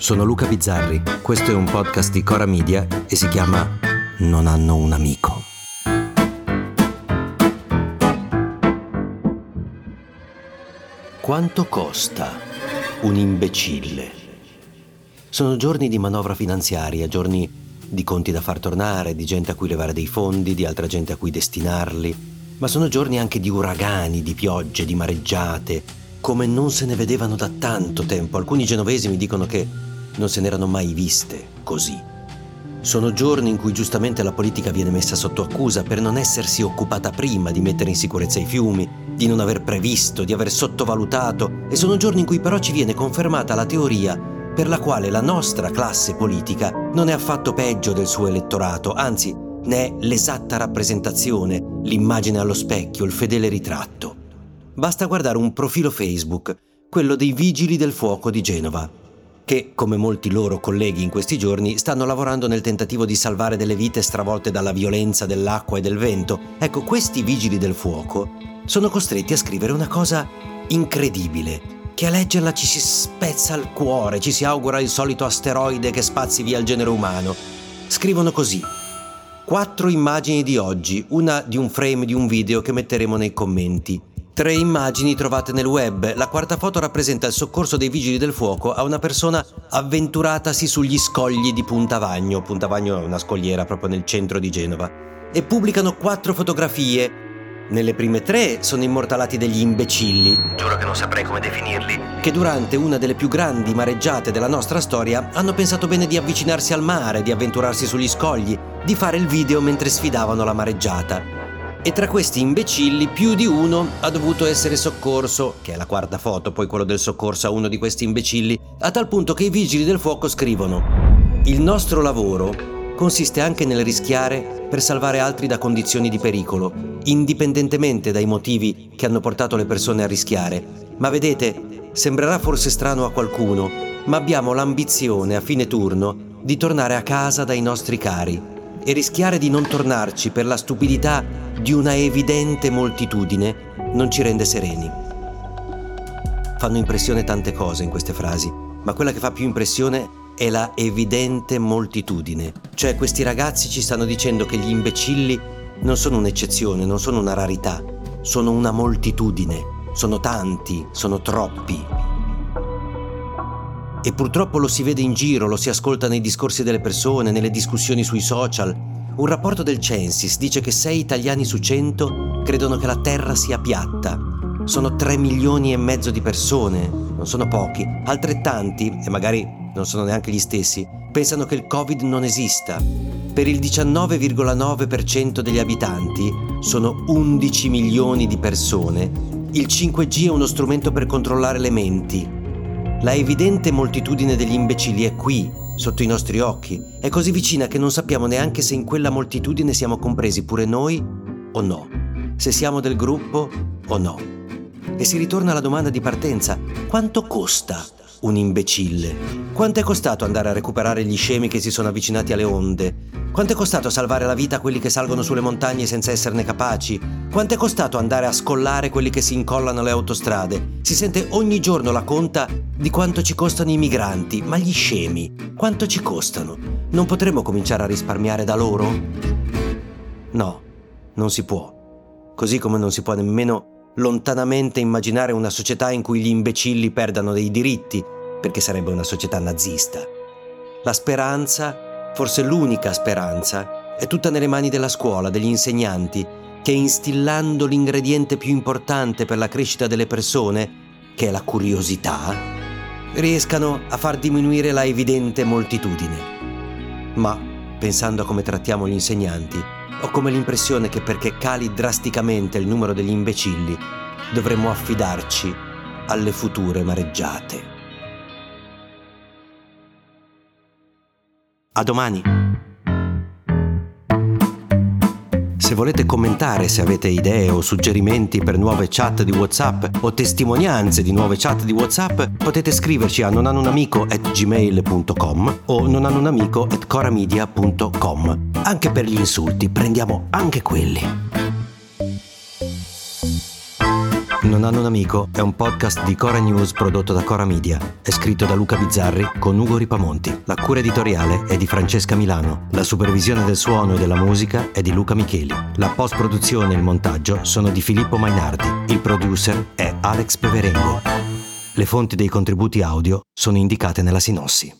Sono Luca Bizzarri, questo è un podcast di Cora Media e si chiama Non hanno un amico. Quanto costa un imbecille? Sono giorni di manovra finanziaria, giorni di conti da far tornare, di gente a cui levare dei fondi, di altra gente a cui destinarli, ma sono giorni anche di uragani, di piogge, di mareggiate, come non se ne vedevano da tanto tempo. Alcuni genovesi mi dicono che non se n'erano mai viste così. Sono giorni in cui giustamente la politica viene messa sotto accusa per non essersi occupata prima di mettere in sicurezza i fiumi, di non aver previsto, di aver sottovalutato, e sono giorni in cui però ci viene confermata la teoria per la quale la nostra classe politica non è affatto peggio del suo elettorato, anzi ne è l'esatta rappresentazione, l'immagine allo specchio, il fedele ritratto. Basta guardare un profilo Facebook, quello dei Vigili del Fuoco di Genova, che, come molti loro colleghi in questi giorni, stanno lavorando nel tentativo di salvare delle vite stravolte dalla violenza dell'acqua e del vento. Ecco, questi Vigili del Fuoco sono costretti a scrivere una cosa incredibile, che a leggerla ci si spezza il cuore, ci si augura il solito asteroide che spazzi via il genere umano. Scrivono così: 4 immagini di oggi, una di un frame di un video che metteremo nei commenti. 3 immagini trovate nel web. La quarta foto rappresenta il soccorso dei Vigili del Fuoco a una persona avventuratasi sugli scogli di Punta Vagno. Punta Vagno è una scogliera proprio nel centro di Genova. E pubblicano 4 fotografie. Nelle prime 3 sono immortalati degli imbecilli, giuro che non saprei come definirli, che durante una delle più grandi mareggiate della nostra storia hanno pensato bene di avvicinarsi al mare, di avventurarsi sugli scogli, di fare il video mentre sfidavano la mareggiata. E tra questi imbecilli più di uno ha dovuto essere soccorso, che è la quarta foto, poi quello del soccorso a uno di questi imbecilli, a tal punto che i Vigili del Fuoco scrivono: il nostro lavoro consiste anche nel rischiare per salvare altri da condizioni di pericolo, indipendentemente dai motivi che hanno portato le persone a rischiare. Ma vedete, sembrerà forse strano a qualcuno, ma abbiamo l'ambizione a fine turno di tornare a casa dai nostri cari. E rischiare di non tornarci per la stupidità di una evidente moltitudine non ci rende sereni. Fanno impressione tante cose in queste frasi, ma quella che fa più impressione è la evidente moltitudine. Cioè, questi ragazzi ci stanno dicendo che gli imbecilli non sono un'eccezione, non sono una rarità, sono una moltitudine, sono tanti, sono troppi. E purtroppo lo si vede in giro, lo si ascolta nei discorsi delle persone, nelle discussioni sui social. Un rapporto del Censis dice che 6 italiani su 100 credono che la Terra sia piatta. Sono 3 milioni e mezzo di persone, non sono pochi. Altrettanti, e magari non sono neanche gli stessi, pensano che il Covid non esista. Per il 19,9% degli abitanti, sono 11 milioni di persone, il 5G è uno strumento per controllare le menti. La evidente moltitudine degli imbecilli è qui, sotto i nostri occhi. È così vicina che non sappiamo neanche se in quella moltitudine siamo compresi pure noi o no, se siamo del gruppo o no. E si ritorna alla domanda di partenza: quanto costa un imbecille? Quanto è costato andare a recuperare gli scemi che si sono avvicinati alle onde? Quanto è costato salvare la vita a quelli che salgono sulle montagne senza esserne capaci? Quanto è costato andare a scollare quelli che si incollano alle autostrade? Si sente ogni giorno la conta di quanto ci costano i migranti, ma gli scemi, quanto ci costano? Non potremmo cominciare a risparmiare da loro? No, non si può. Così come non si può nemmeno lontanamente immaginare una società in cui gli imbecilli perdano dei diritti, perché sarebbe una società nazista. La speranza, forse l'unica speranza, è tutta nelle mani della scuola, degli insegnanti, che instillando l'ingrediente più importante per la crescita delle persone, che è la curiosità, riescano a far diminuire la evidente moltitudine. Ma, pensando a come trattiamo gli insegnanti, ho come l'impressione che perché cali drasticamente il numero degli imbecilli, dovremmo affidarci alle future mareggiate. A domani! Se volete commentare, se avete idee o suggerimenti per nuove chat di WhatsApp o testimonianze di nuove chat di WhatsApp, potete scriverci a nonhanunamico@gmail.com o nonhanunamico@coramedia.com. Anche per gli insulti, prendiamo anche quelli. Non hanno un amico è un podcast di Cora News prodotto da Cora Media. È scritto da Luca Bizzarri con Ugo Ripamonti. La cura editoriale è di Francesca Milano. La supervisione del suono e della musica è di Luca Micheli. La post-produzione e il montaggio sono di Filippo Mainardi. Il producer è Alex Peverengo. Le fonti dei contributi audio sono indicate nella sinossi.